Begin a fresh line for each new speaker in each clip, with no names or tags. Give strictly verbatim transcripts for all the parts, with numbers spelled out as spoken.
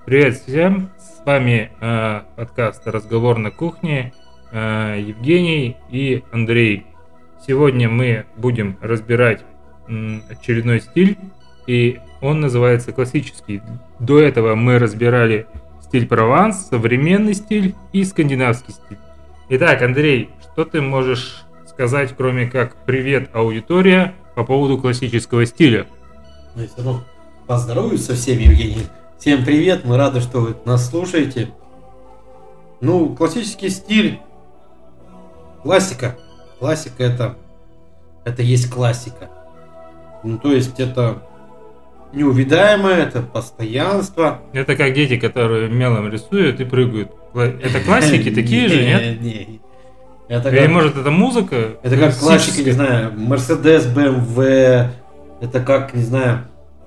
Привет всем, с вами э, подкаст «Разговор на кухне», э, Евгений и Андрей. Сегодня мы будем разбирать м, очередной стиль, и он называется классический. До этого мы разбирали стиль Прованс, современный стиль и скандинавский стиль. Итак, Андрей, что ты можешь сказать, кроме как «Привет, аудитория», по поводу классического стиля?
Ну, я все равно поздороваюсь со всеми, Евгений. Всем привет, мы рады, что вы нас слушаете. Ну, классический стиль, классика. Классика это, это есть классика. Ну, то есть это неувидаемое, это постоянство.
Это как дети, которые мелом рисуют и прыгают. Это классики такие же, нет?
Не, это
Или может это музыка?
Это как классика, не знаю, Мерседес, бэ эм вэ, это как, не знаю,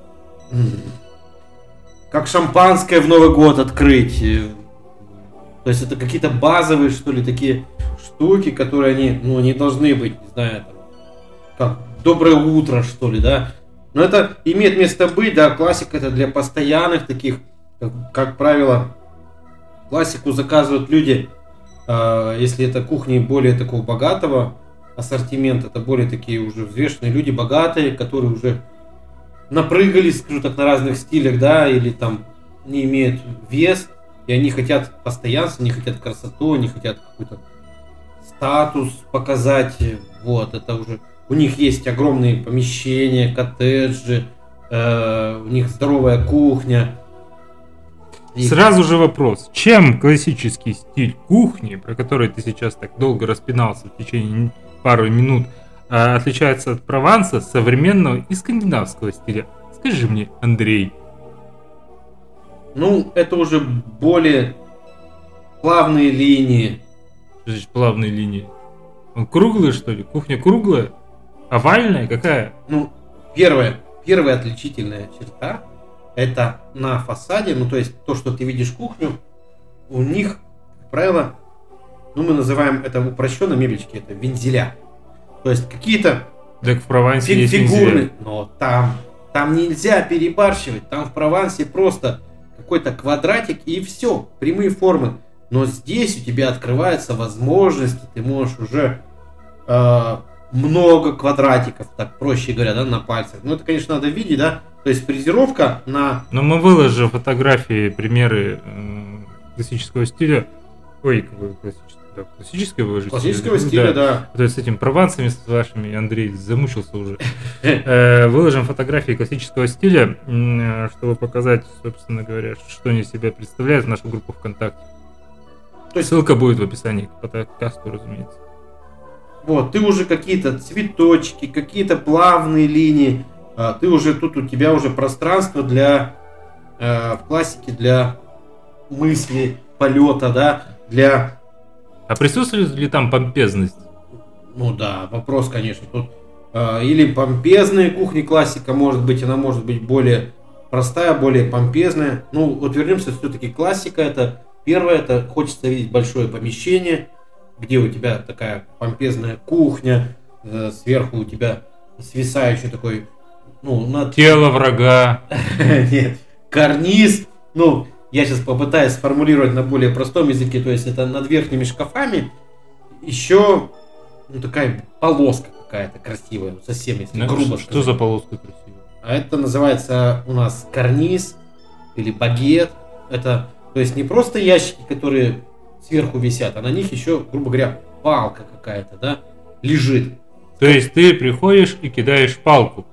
как шампанское в Новый год открыть. То есть это какие-то базовые, что ли, такие штуки, которые они, ну, не должны быть, не знаю, там, как доброе утро, что ли, да. Но это имеет место быть, да, классика это для постоянных таких, как, как правило, классику заказывают люди, э, если это кухни более такого богатого ассортимента, это более такие уже взвешенные люди, богатые, которые уже напрыгались, скажу так, на разных стилях, да, или там не имеют вес, и они хотят постоянства, не хотят красоту, они хотят какой-то статус показать, вот, это уже, у них есть огромные помещения, коттеджи, э, у них здоровая кухня.
И... Сразу же вопрос, чем классический стиль кухни, про который ты сейчас так долго распинался в течение пары минут, отличается от Прованса, современного и скандинавского стиля? Скажи мне, Андрей.
Ну, это уже более плавные линии.
Что значит плавные линии? Он круглый, что ли? Кухня круглая? Овальная? Какая?
Ну, первая, первая отличительная черта это на фасаде, ну, то есть то, что ты видишь кухню, у них, как правило, ну, мы называем это упрощенно мебельчики, это вензеля. То есть какие-то
так в Провансе
фиг-
есть
фигурные,
вензеля.
Но там, там нельзя перебарщивать. Там в Провансе просто какой-то квадратик и все, прямые формы. Но здесь у тебя открываются возможности, ты можешь уже э, много квадратиков, так проще говоря, да, на пальцах. Ну это, конечно, надо видеть, да. То есть фрезеровка на...
Но мы выложим фотографии, примеры э, классического стиля. Ой, какой классический. Да, классического выложить.
Классического стиля, да. да.
То есть с этим Провансами с вашими, Андрей, замучился уже. Выложим фотографии классического стиля, чтобы показать, собственно говоря, что они себя представляют в нашу группу ВКонтакте. Ссылка будет в описании к подкасту, разумеется.
Вот, ты уже какие-то цветочки, какие-то плавные линии, ты уже тут, у тебя уже пространство для, в классике для мысли, полета, да, для...
А присутствует ли там помпезность?
Ну да, вопрос, конечно. Тут э, или помпезные кухни классика, может быть, она может быть более простая, более помпезная. Ну, вот вернемся, все-таки классика это первое, это хочется видеть большое помещение, где у тебя такая помпезная кухня, э, сверху у тебя свисающий такой, ну, над...
тело врага.
Нет, карниз, ну... Я сейчас попытаюсь сформулировать на более простом языке, то есть это над верхними шкафами еще ну, такая полоска какая-то красивая, совсем если
ну,
грубо
что,
сказать.
Что за полоска красивая?
А это называется у нас карниз или багет. Это, то есть не просто ящики, которые сверху висят, а на них еще, грубо говоря, палка какая-то, да, лежит.
То есть ты приходишь и кидаешь палку.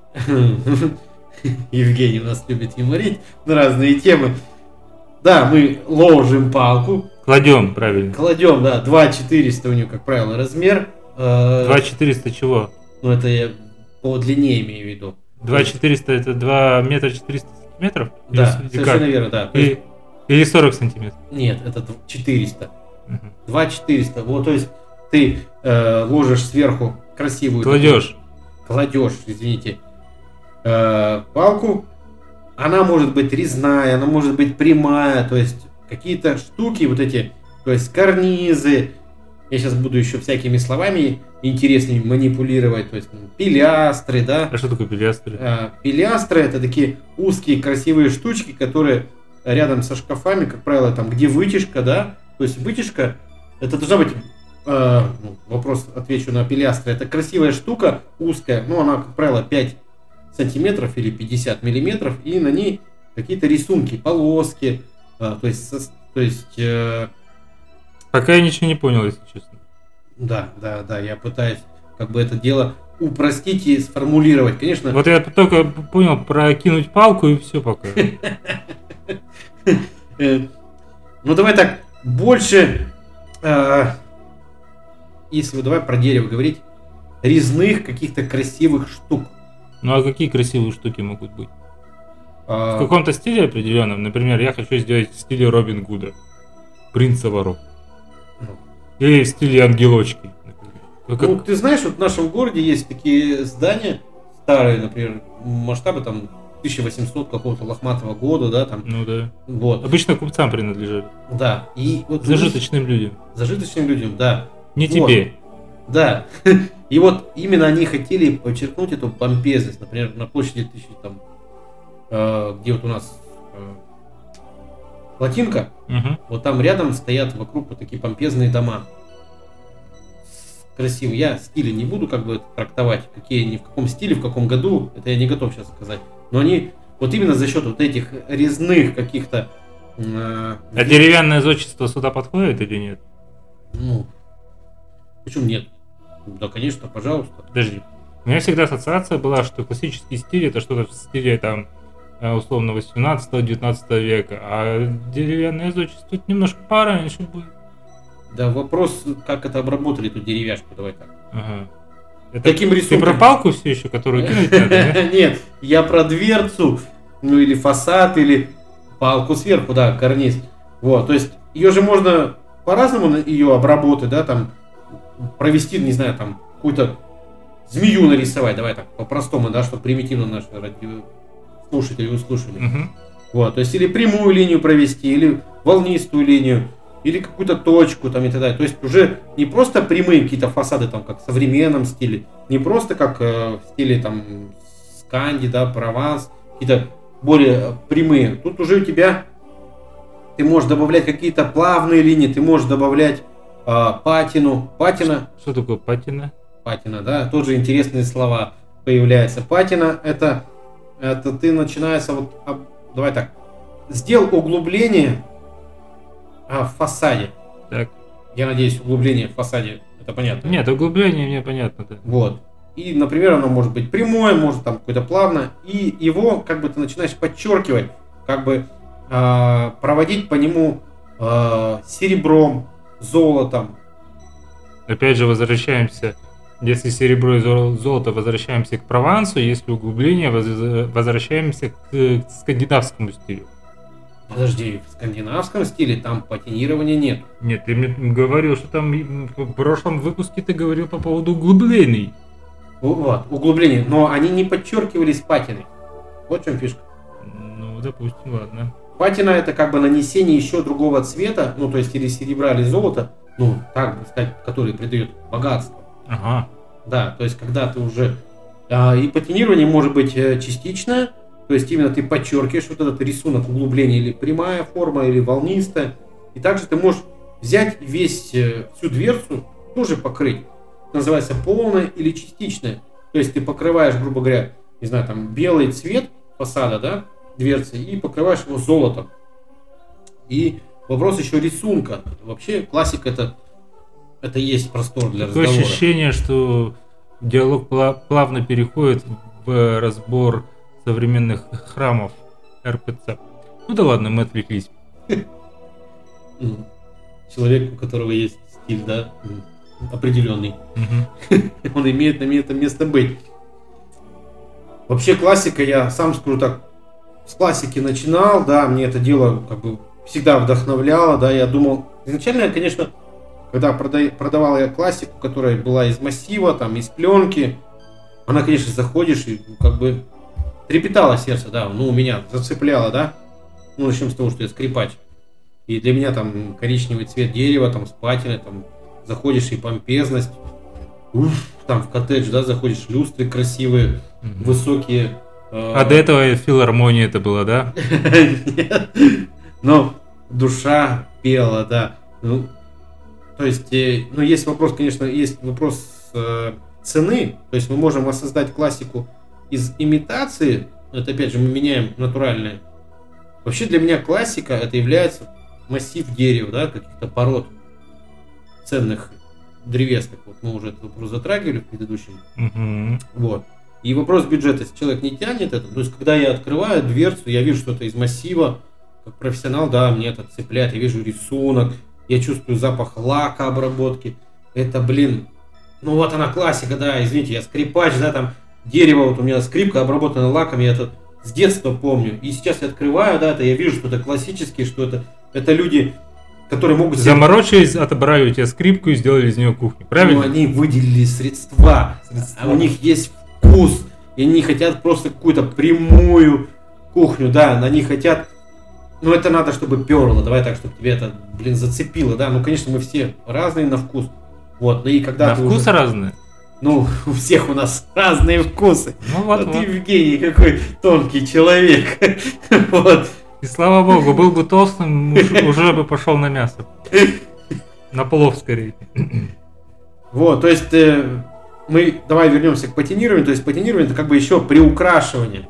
Евгений у нас любит юморить на разные темы. Да, мы ложим палку.
Кладем, правильно.
Кладем, да, два четыреста у нее, как правило, размер.
два четыреста чего?
Ну, это я по длине имею в виду.
два четыреста это два метра четыреста сантиметров?
Да,
или,
совершенно
как?
верно, да.
Или, или сорок сантиметров?
Нет, это четыреста.
Угу.
два четыреста. Вот, то есть ты э, ложишь сверху красивую...
Кладешь.
Такую, кладешь, извините, э, палку. Она может быть резная, она может быть прямая, то есть какие-то штуки вот эти, то есть карнизы. Я сейчас буду еще всякими словами интересными манипулировать, то есть пилястры, да.
А что такое пилястры?
А, пилястры это такие узкие красивые штучки, которые рядом со шкафами, как правило, там, где вытяжка, да, то есть вытяжка, это должна быть, э, ну, вопрос отвечу на пилястры, это красивая штука, узкая, ну, она, как правило, пять сантиметров или пятьдесят миллиметров, и на ней какие-то рисунки, полоски, э, то есть, со, то есть... Э,
Пока я ничего не понял, если честно.
Да, да, да, я пытаюсь как бы это дело упростить и сформулировать, конечно.
Вот я только понял прокинуть палку и все пока.
Ну давай так, больше, если давай про дерево говорить, резных каких-то красивых штук.
Ну а какие красивые штуки могут быть? В каком-то стиле определенном, например, я хочу сделать в стиле Робин Гуда, принца воров. Или в стиле ангелочки.
Ну, как... ты знаешь, вот в нашем городе есть такие здания старые, например, масштабы там тысяча восемьсот какого-то лохматого года, да, там.
Ну да.
Вот.
Обычно купцам принадлежали.
Да. И вот
зажиточным людям.
Зажиточным людям, да.
Не
вот.
тебе.
Да. И вот именно они хотели подчеркнуть эту помпезность, например, на площади тысячи там, э, где вот у нас э, Латинка,
угу.
Вот там рядом стоят вокруг вот такие помпезные дома. Красивые. Я стили не буду как бы трактовать, какие они, в каком стиле, в каком году, это я не готов сейчас сказать. Но они вот именно за счет вот этих резных каких-то... Э,
а деревянное зодчество сюда подходит или нет?
Ну, почему нет? Да, конечно, пожалуйста.
Подожди. У меня всегда ассоциация была, что классический стиль это что-то в стиле там условно восемнадцатого-девятнадцатого века, а деревянное зодчество тут немножко пораньше будет.
Да, вопрос, как это обработали, эту деревяшку, давай так.
Ага. Это
Каким рисунком?
Ты про палку все еще, которую кинуть надо?
Нет, я про дверцу, ну или фасад, или палку сверху, да, карниз. Вот, то есть ее же можно по-разному ее обработать, да, там провести, не знаю, там какую-то змею нарисовать, давай так, по-простому, да, чтобы примитивно наши радио... слушатели услышали.
Uh-huh.
Вот, то есть или прямую линию провести, или волнистую линию, или какую-то точку там и так далее. То есть уже не просто прямые какие-то фасады там, как в современном стиле, не просто как э, в стиле там Сканди, да, Прованс, какие-то более прямые. Тут уже у тебя ты можешь добавлять какие-то плавные линии, ты можешь добавлять э, патину. Патина.
Что, что такое патина?
Патина, да, тоже интересные слова появляются. Патина это Это ты начинаешься вот, об, давай так, сделал углубление а, в фасаде.
Так.
Я надеюсь, углубление в фасаде, это понятно.
Нет, углубление мне понятно, да.
Вот. И, например, оно может быть прямое, может там какое-то плавное, и его как бы ты начинаешь подчеркивать, как бы э, проводить по нему э, серебром, золотом.
Опять же возвращаемся. Если серебро и золото, возвращаемся к Провансу, если углубление, возвращаемся к скандинавскому стилю.
Подожди, в скандинавском стиле там патинирования нет.
Нет, ты мне говорил, что там в прошлом выпуске ты говорил по поводу углублений.
Вот, углубления, но они не подчеркивались патиной. Вот в чем фишка.
Ну, допустим, ладно.
Патина это как бы нанесение еще другого цвета, ну то есть или серебра, или золота, ну так бы сказать, который придает богатство.
Ага.
Да, то есть когда ты уже... А, и патинирование может быть частичное, то есть именно ты подчеркиваешь вот этот рисунок углубления, или прямая форма, или волнистая. И также ты можешь взять весь, всю дверцу, тоже покрыть. Это называется полная или частичная. То есть ты покрываешь, грубо говоря, не знаю, там белый цвет фасада, да, дверцы, и покрываешь его золотом. И вопрос еще рисунка. Вообще классика это... Это есть простор для
Такое
разговора.
ощущение, что диалог плавно переходит в разбор современных храмов эр пэ цэ. Ну да ладно, мы отвлеклись.
Человек, у которого есть стиль, да, определенный. Он имеет на это место быть. Вообще классика, я сам скажу так, с классики начинал, да, мне это дело как бы всегда вдохновляло, да, я думал, изначально, конечно, когда продавал я классику, которая была из массива, там, из пленки, она, конечно, заходишь и как бы трепетало сердце, да, ну, у меня зацепляло, да. Ну, начнем с того, что я скрипач. И для меня там коричневый цвет дерева, там, с патиной, там, заходишь и помпезность. Уф, там в коттедж, да, заходишь, люстры красивые, mm-hmm. высокие.
Э... А до этого филармония это было, да?
Нет. но душа пела, да. Ну, то есть, э, ну, есть вопрос, конечно, есть вопрос э, цены. То есть мы можем воссоздать классику из имитации. Это опять же мы меняем натуральное. Вообще для меня классика это является массив дерева, да, каких-то пород ценных древесных. Вот мы уже этот вопрос затрагивали в предыдущем.
Мгм.
Вот. И вопрос бюджета, если человек не тянет это, то есть когда я открываю дверцу, я вижу что-то из массива, как профессионал, да, мне это цепляет, я вижу рисунок, я чувствую запах лака обработки. Это, блин, ну вот она классика, да, извините, я скрипач, да, там дерево, вот у меня скрипка обработана лаком, я это с детства помню. И сейчас я открываю, да, это я вижу, что это классические, что это, это люди, которые могут... себе-
Заморочились, отобрали у тебя скрипку и сделали из нее кухню. Правильно?
Ну, они выделили средства, а у них есть вкус, и они хотят просто какую-то прямую кухню, да, они хотят, ну это надо, чтобы перло, давай так, чтобы тебе это, блин, зацепило, да, ну конечно мы все разные на вкус, вот, ну и когда
На
ты
вкус
уже-
разные.
ну у всех у нас разные вкусы,
Ну вот,
а
вот.
ты, Евгений, какой тонкий человек, вот,
И слава богу, был бы толстым, уж- уже бы пошел на мясо. На плов скорее.
вот, то есть э, мы, давай вернемся к патинированию, то есть патинирование это как бы еще приукрашивание.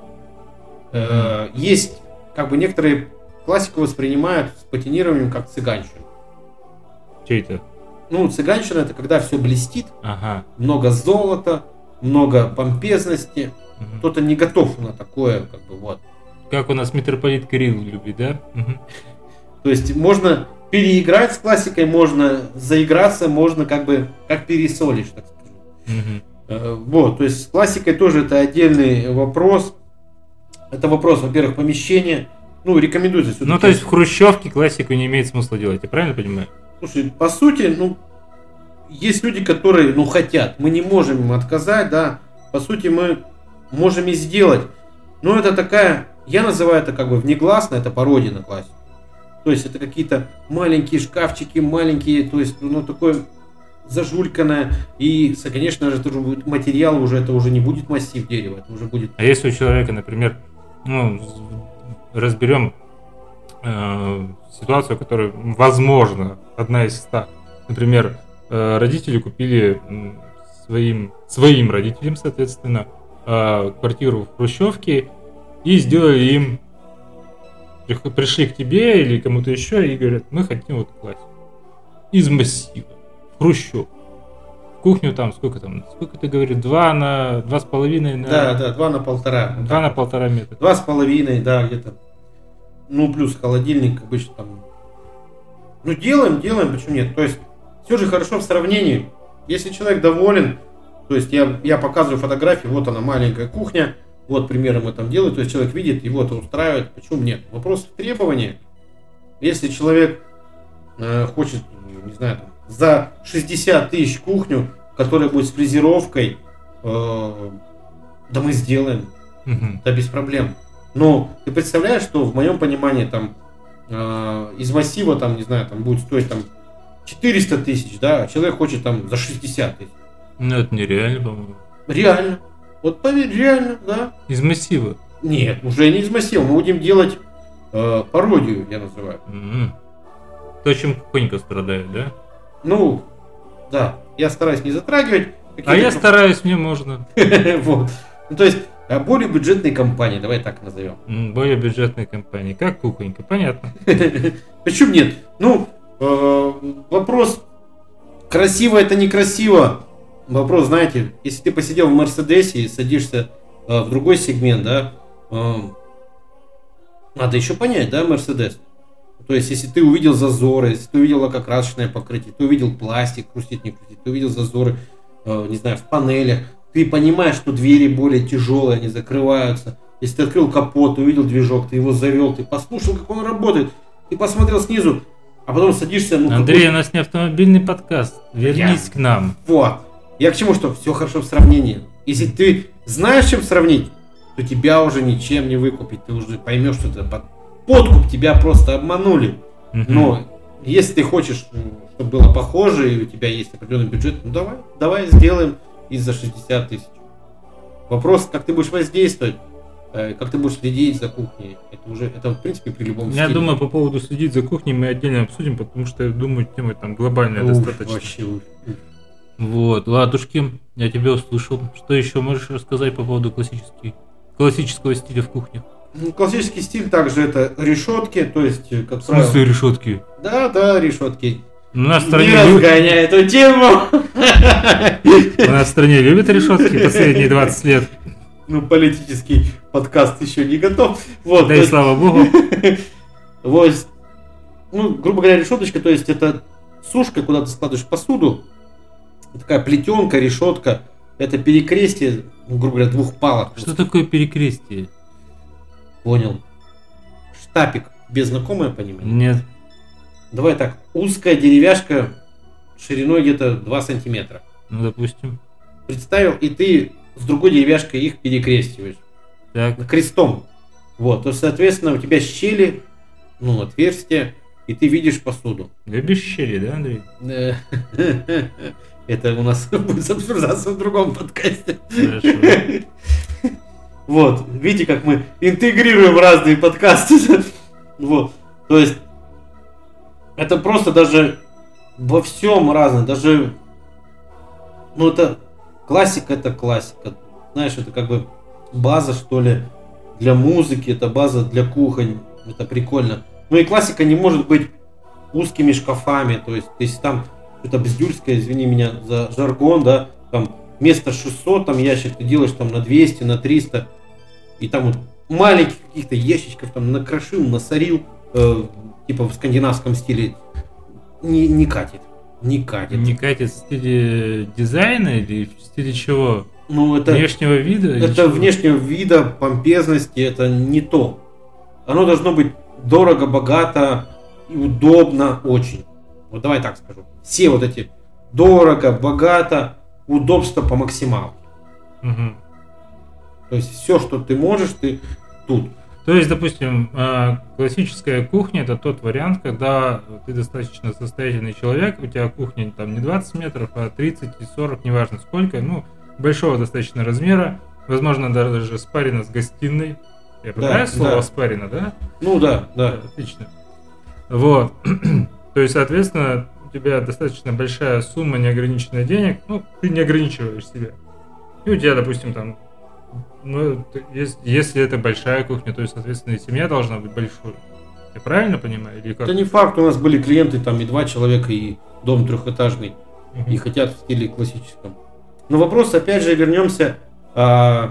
Э, Есть, как бы некоторые классику воспринимают с патинированием как цыганщину.
Чей-то.
Ну, цыганщина это когда все блестит,
Ага.
много золота, много помпезности.
Мгм.
Кто-то не готов на такое, как бы вот.
Как у нас митрополит Кирилл любит, да? Мгм.
То есть можно переиграть с классикой, можно заиграться, можно как бы как пересолишь, так скажу.
Мгм.
Э, Вот, то есть с классикой тоже это отдельный вопрос. Это вопрос, во-первых, помещения. Ну, рекомендуется все-таки.
Ну, то есть в хрущевке классику не имеет смысла делать, я правильно понимаю?
Слушай, по сути, ну, есть люди, которые, ну, хотят. Мы не можем им отказать, да. По сути, мы можем и сделать. Но это такая, я называю это как бы внегласно, это пародия на классику. То есть это какие-то маленькие шкафчики, маленькие, то есть, ну, такое зажульканное. И, конечно же, это уже будет материал, уже это уже не будет массив дерева, это уже будет...
А если у человека, например, ну, разберем э, ситуацию, которая, возможно, одна из ста. Например, э, родители купили м, своим, своим родителям, соответственно, э, квартиру в хрущевке и сделали им, прих- пришли к тебе или кому-то еще и говорят, мы хотим вот классику из массива, в хрущевку. Кухню там, сколько там, сколько ты говоришь, два на, два с половиной на...
Да, да, два на полтора.
Два на полтора метра.
Два с половиной, да, где-то. Ну, плюс холодильник обычно там. Ну, делаем, делаем, почему нет? То есть, все же хорошо в сравнении. Если человек доволен, то есть я, я показываю фотографии, вот она маленькая кухня, вот примеры мы там делаем, то есть человек видит, его это устраивает, почему нет? Вопрос в требовании. Если человек э, хочет, не знаю, там, за шестьдесят тысяч кухню, которая будет с фрезеровкой, э, да мы сделаем.
Мгм.
Да, без проблем. Но ты представляешь, что в моем понимании там э, из массива там, не знаю, там будет стоить там четыреста тысяч, да, а человек хочет там за шестьдесят тысяч.
Ну, это нереально, по-моему.
Реально. Вот поверь, реально, да.
Из массива.
Нет, уже не из массива. Мы будем делать э, пародию, я называю.
М. То, чем кухонька страдает, да?
Ну, да, я стараюсь не затрагивать.
А
какие-то-
я стараюсь, мне можно.
Вот. Ну, то есть, э, более бюджетные компании, давай так назовем.
М, Более бюджетные компании. Как кухонька, понятно.
Почему нет? Ну, э, вопрос, красиво это некрасиво. Вопрос, знаете, если ты посидел в Мерседесе и садишься э, в другой сегмент, да, э, надо еще понять, да, Мерседес. То есть, если ты увидел зазоры, если ты увидел лакокрасочное покрытие, ты увидел пластик, хрустит, не хрустит, ты увидел зазоры, э, не знаю, в панелях, ты понимаешь, что двери более тяжелые, они закрываются. Если ты открыл капот, ты увидел движок, ты его завел, ты послушал, как он работает, ты посмотрел снизу, а потом садишься... Ну,
Андрей,
какой-
у нас не автомобильный подкаст. Вернись
Я-
к нам.
Вот. Я к чему, что все хорошо в сравнении. Если ты знаешь, чем сравнить, то тебя уже ничем не выкупить. Ты уже поймешь, что это под- подкуп, тебя просто обманули.
Мгм.
Но если ты хочешь, м, чтобы было похоже, и у тебя есть определенный бюджет, ну давай, давай сделаем и за шестьдесят тысяч. Вопрос, как ты будешь воздействовать. э, как ты будешь следить за кухней. Это уже, это в принципе при любом
Я
стиле.
думаю, по поводу следить за кухней мы отдельно обсудим, потому что, я думаю, тема там глобальная
Уф,
достаточно.
вообще, уф, уф.
Вот, ладушки, я тебя услышал. Что еще можешь рассказать по поводу классический, классического стиля в кухне?
Ну, классический стиль также это решетки, то есть, э, как
В смысле
правило...
решетки?
Да, да, решетки.
У нас в
Не
стране, лю-
разгоняй эту тему.
у нас в стране любят решетки последние двадцать лет.
Ну, политический подкаст еще не готов. Вот,
Да
то
и
есть-
слава богу.
Вот, ну, грубо говоря, решеточка, то есть это сушка, куда ты складываешь посуду, такая плетенка, решетка, это перекрестие, ну, грубо говоря, двух палок.
Что такое перекрестие?
Понял. Штапик, без знакомое понимание?
Нет.
Давай так, узкая деревяшка шириной где-то два сантиметра.
Ну, допустим.
Представил, и ты с другой деревяшкой их перекрестиваешь.
Так.
Крестом. Вот, то, соответственно, у тебя щели, ну, отверстия, и ты видишь посуду.
Любишь щели, да, Андрей?
Э, Это у нас будет обсуждаться в другом подкасте.
Хорошо.
Вот, видите, как мы интегрируем разные подкасты. Вот, то есть, это просто даже во всем разное, даже, ну, это классика, это классика. Знаешь, это как бы база, что ли, для музыки, это база для кухонь, это прикольно. Ну и классика не может быть узкими шкафами, то есть, если там что-то бздюльское, извини меня за жаргон, да, там вместо шестьсот там ящик ты делаешь там на двести, на триста, и там вот маленьких каких-то ящичков там накрошил, насорил, э, типа в скандинавском стиле, не, не катит, не катит.
Не катит в стиле дизайна или в стиле чего?
Ну это,
Внешнего вида? или
это
чего?
внешнего вида, помпезности, это не то. Оно должно быть дорого, богато и удобно очень. Вот давай так скажу. Все вот эти дорого, богато, удобство по максималке.
Мгм.
То есть все, что ты можешь, ты тут.
То есть, допустим, э, классическая кухня — это тот вариант, когда ты достаточно состоятельный человек, у тебя кухня там не двадцать метров, а тридцать и сорок, неважно сколько, ну, большого достаточно размера, возможно, даже спарено с гостиной. Я понимаю
Да,
слово
да.
спарено, да?
Ну да, да.
Отлично. Вот. То есть, соответственно, у тебя достаточно большая сумма неограниченных денег, ну, ты не ограничиваешь себя. И у тебя, допустим, там, ну, ты- ес- если это большая кухня, то есть, соответственно, и семья должна быть большой. Я правильно понимаю? Или как?
Это не факт, у нас были клиенты, там и два человека, и дом трехэтажный,
Мгм.
и хотят в стиле классическом. Но вопрос, опять же, вернемся. а,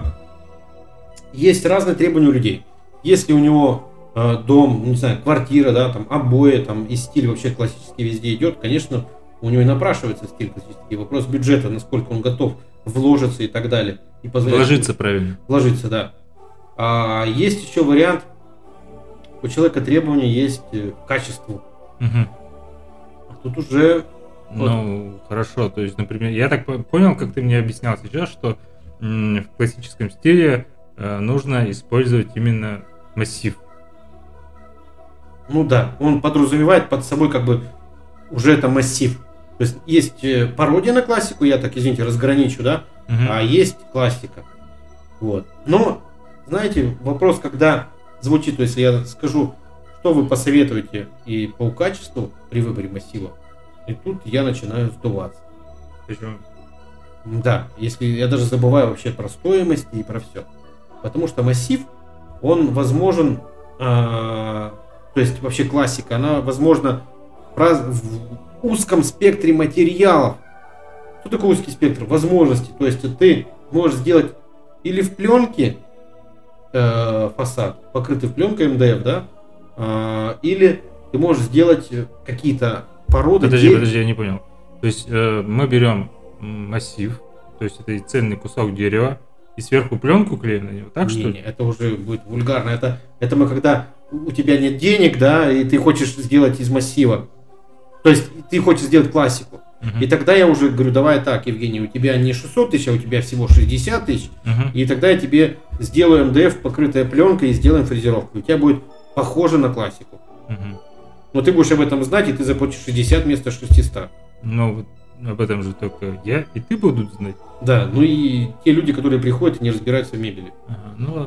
Есть разные требования у людей. Если у него а, дом, ну, не знаю, квартира, да, там обои, там и стиль вообще классический везде идет, конечно, у него и напрашивается стиль классический. Вопрос бюджета, насколько он готов вложиться и так далее. И позволять-
Вложиться правильно.
Вложиться, да. А есть еще вариант. У человека требования есть э, к качеству.
Мгм.
А тут уже
Ну, хорошо. То есть, например, я так по- понял, как ты мне объяснял сейчас, что м, в классическом стиле э, нужно использовать именно массив.
ну да, он подразумевает под собой как бы уже это массив. То есть есть э, пародия на классику, я так, извините, разграничу, да,
Мгм.
а есть классика. Вот. Но, знаете, вопрос, когда звучит, то если я скажу, что вы посоветуете и по качеству при выборе массива, и тут я начинаю сдуваться.
Почему?
Да, если я даже забываю вообще про стоимость и про все. Потому что массив, он возможен, а, то есть вообще классика, она возможна в, раз- в узком спектре материалов. Что такое узкий спектр? Возможности. То есть ты можешь сделать или в пленке э, фасад, покрытый в пленкой эм дэ эф, да, а, или ты можешь сделать какие-то породы.
Подожди,
де-
подожди, я не понял. То есть э, мы берем м, массив, то есть это цельный кусок дерева, и сверху пленку клеим на него, так
не,
что
не,
ли?
это уже будет вульгарно. Это, это мы когда у тебя нет денег, да, и ты хочешь сделать из массива. То есть ты хочешь сделать классику.
Мгм.
И тогда я уже говорю, давай так, Евгений, у тебя не шестьсот тысяч, а у тебя всего шестьдесят тысяч.
Мгм.
И тогда я тебе сделаю эм дэ эф, покрытая пленкой, и сделаем фрезеровку. У тебя будет похоже на классику.
Мгм.
Но ты будешь об этом знать, и ты заплатишь шестьдесят вместо шестисот.
Ну, вот об этом же только я и ты будут знать.
Да, ну и те люди, которые приходят и не разбираются в мебели.
Ага, ну ладно.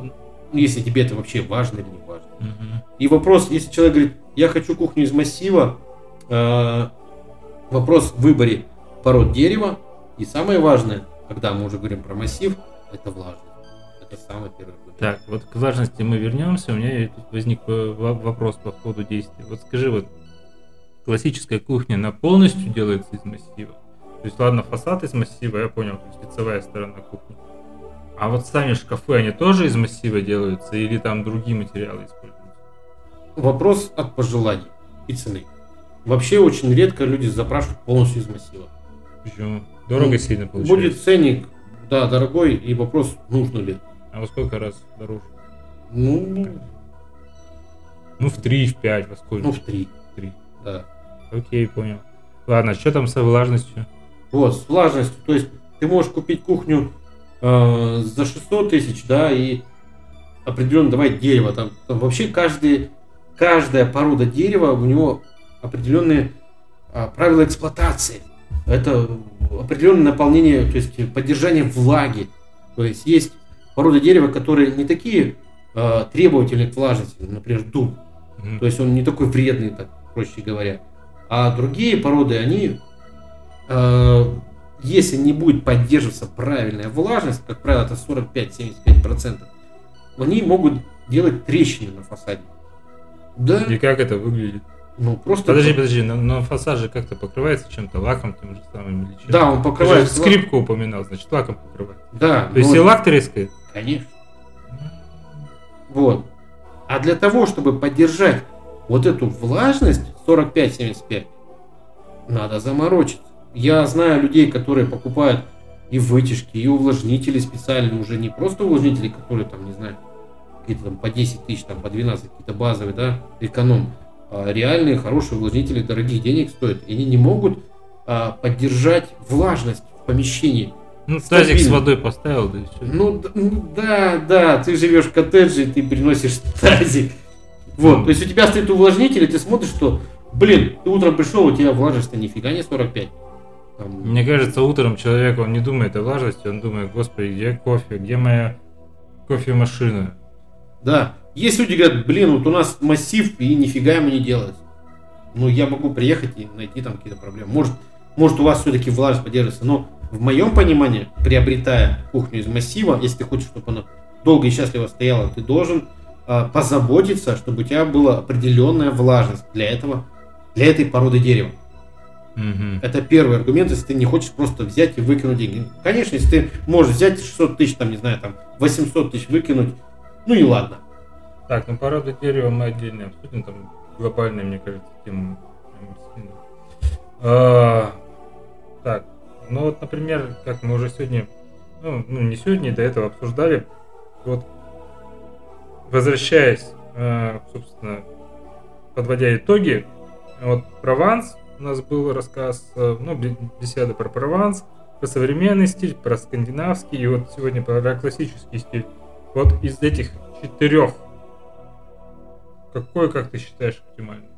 если тебе это вообще важно или не важно.
Мгм.
И вопрос, если человек говорит, я хочу кухню из массива, э, вопрос в выборе пород дерева. И самое важное, когда мы уже говорим про массив, это влажность. Это самый первый аргумент.
Так, вот к влажности мы вернемся. У меня тут возник э, во- вопрос по ходу действия. Вот скажи, вот классическая кухня, она полностью делается из массива? То есть, ладно, фасад из массива, я понял, то есть лицевая сторона кухни. А вот сами шкафы, они тоже из массива делаются или там другие материалы используются?
Вопрос от пожеланий и цены. Вообще очень редко люди запрашивают полностью из массива.
Почему? Дорого
Ну,
сильно получается?
Будет ценник, да, дорогой, и вопрос, нужно ли.
А во сколько раз дороже?
Ну,
Ну, в три, в пять, во сколько?
ну в три,
В три.
да.
Окей, понял. Ладно, что там со влажностью?
Вот, с влажностью. То есть ты можешь купить кухню э, за шестьсот тысяч, да, и определенно давай дерево. Там, там вообще каждый, каждая порода дерева, у него определенные а, правила эксплуатации. Это определенное наполнение, то есть поддержание влаги. То есть есть породы дерева, которые не такие э, требовательные к влажности, например, дуб.
Мгм.
То есть он не такой вредный, так проще говоря. А другие породы, они, э, если не будет поддерживаться правильная влажность, как правило, это сорок пять - семьдесят пять процентов, они могут делать трещины на фасаде. Да,
И как это выглядит?
ну просто...
Подожди, подожди, но, но фасад же как-то покрывается чем-то, лаком тем же самым или чем?
Да, он
Ты
покрывается
же скрипку упоминал, значит лаком покрывается.
Да,
То есть
но-
и лак трескает?
Конечно. Вот. А для того, чтобы поддержать вот эту влажность сорок пять - семьдесят пять, надо заморочиться. Я знаю людей, которые покупают и вытяжки, и увлажнители специальные, уже не просто увлажнители, которые там, не знаю, какие-то там по десять тысяч, там по двенадцать, какие-то базовые, да, эконом. А реальные хорошие увлажнители дорогих денег стоят. И они не могут а, поддержать влажность в помещении.
Ну, тазик с
Стабильно.
водой поставил, да и все.
Ну, д- ну, да, да, ты живешь в коттедже, и ты приносишь тазик. Вот, то есть у тебя стоит увлажнитель, и ты смотришь, что, блин, ты утром пришел, у тебя влажность-то нифига не сорок пять. Там,
Мне кажется, утром человек, он не думает о влажности, он думает, господи, где кофе, где моя кофемашина?
да, есть люди, говорят, блин, вот у нас массив, и нифига ему не делается. Ну, я могу приехать и найти там какие-то проблемы. Может, может у вас все-таки влажность поддерживается, но в моем понимании, приобретая кухню из массива, если ты хочешь, чтобы она долго и счастливо стояла, ты должен а, позаботиться, чтобы у тебя была определенная влажность для этого, для этой породы дерева.
Мгм.
Это первый аргумент, если ты не хочешь просто взять и выкинуть деньги. Конечно, если ты можешь взять шестьсот тысяч, там, не знаю, там, восемьсот тысяч выкинуть, ну и ладно.
Так, ну породы дерева мы отдельно обсудим, там глобальная, мне кажется, тема. прям сильно. А, так, ну вот, например, как мы уже сегодня, ну, ну, не сегодня, до этого обсуждали, вот, возвращаясь, э, собственно, подводя итоги, вот Прованс, у нас был рассказ, э, ну, бе- беседа про Прованс, про современный стиль, про скандинавский, и вот сегодня про классический стиль. Вот из этих четырех, какой, как ты считаешь, оптимальный?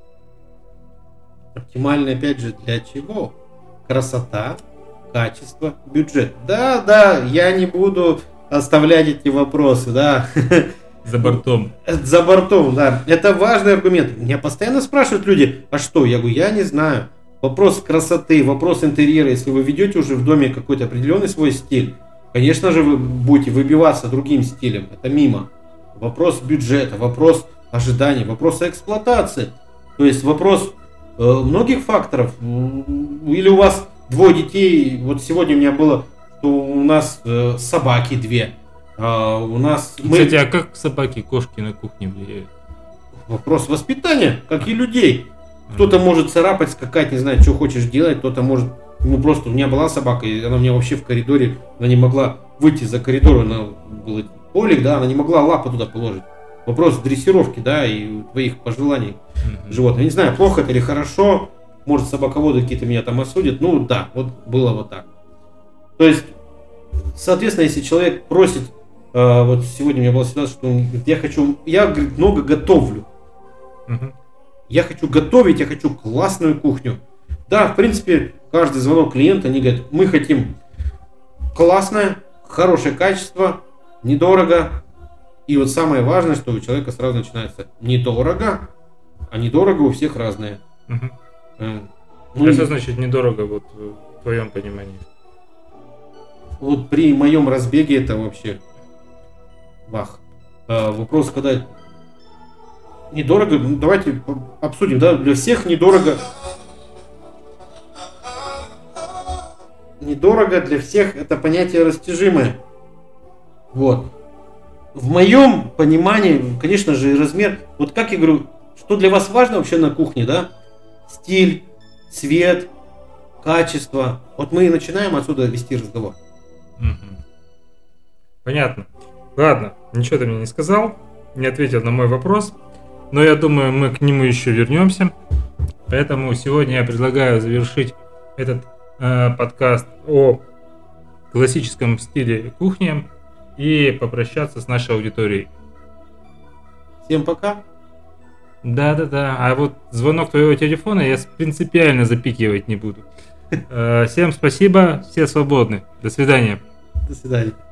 Оптимально, опять же, для чего? Красота, качество, бюджет. Да, да, я не буду оставлять эти вопросы, да.
За бортом.
За бортом, да. Это важный аргумент. Меня постоянно спрашивают люди, а что? Я говорю, я не знаю. Вопрос красоты, вопрос интерьера. Если вы ведете уже в доме какой-то определенный свой стиль, конечно же, вы будете выбиваться другим стилем. Это мимо. Вопрос бюджета, вопрос ожиданий, вопрос эксплуатации. То есть вопрос э, многих факторов. Или у вас двое детей. Вот сегодня у меня было, что у нас э, собаки две. А у нас... мы-
Кстати, а как собаки и кошки на кухне влияют?
Вопрос воспитания, как и людей. Кто-то может царапать, скакать, не знаю, что хочешь делать, кто-то может... Ну просто у меня была собака, и она у меня вообще в коридоре, она не могла выйти за коридор, она был полик, да, она не могла лапу туда положить. Вопрос дрессировки, да, и твоих пожеланий
Мгм.
животных. Я не знаю, плохо это или хорошо, может собаководы какие-то меня там осудят, ну да, вот было вот так. То есть, соответственно, если человек просит, э, вот сегодня у меня была ситуация, что он говорит, я хочу, я говорит, много готовлю.
Мгм.
Я хочу готовить, я хочу классную кухню. Да, в принципе, каждый звонок клиента, они говорят, мы хотим классное, хорошее качество, недорого, И вот самое важное, что у человека сразу начинается недорого, а недорого у всех разное.
Угу.
Э,
Ну,
ну,
что
и
значит недорого вот в твоем понимании?
вот при моем разбеге это вообще вах. А, вопрос, когда недорого, ну, давайте по- обсудим, да, для всех недорого. Недорого для всех это понятие растяжимое. Вот. В моем понимании, конечно же, размер. Вот как я говорю, что для вас важно вообще на кухне, да? Стиль, цвет, качество. Вот мы и начинаем отсюда вести разговор.
Мгм. Понятно. Ладно, ничего ты мне не сказал, не ответил на мой вопрос, но я думаю, мы к нему еще вернемся. Поэтому сегодня я предлагаю завершить этот э, подкаст о классическом стиле кухни и попрощаться с нашей аудиторией.
Всем пока.
Да-да-да, а вот звонок твоего телефона я принципиально запикивать не буду. Э, Всем спасибо, все свободны. До свидания.
До свидания.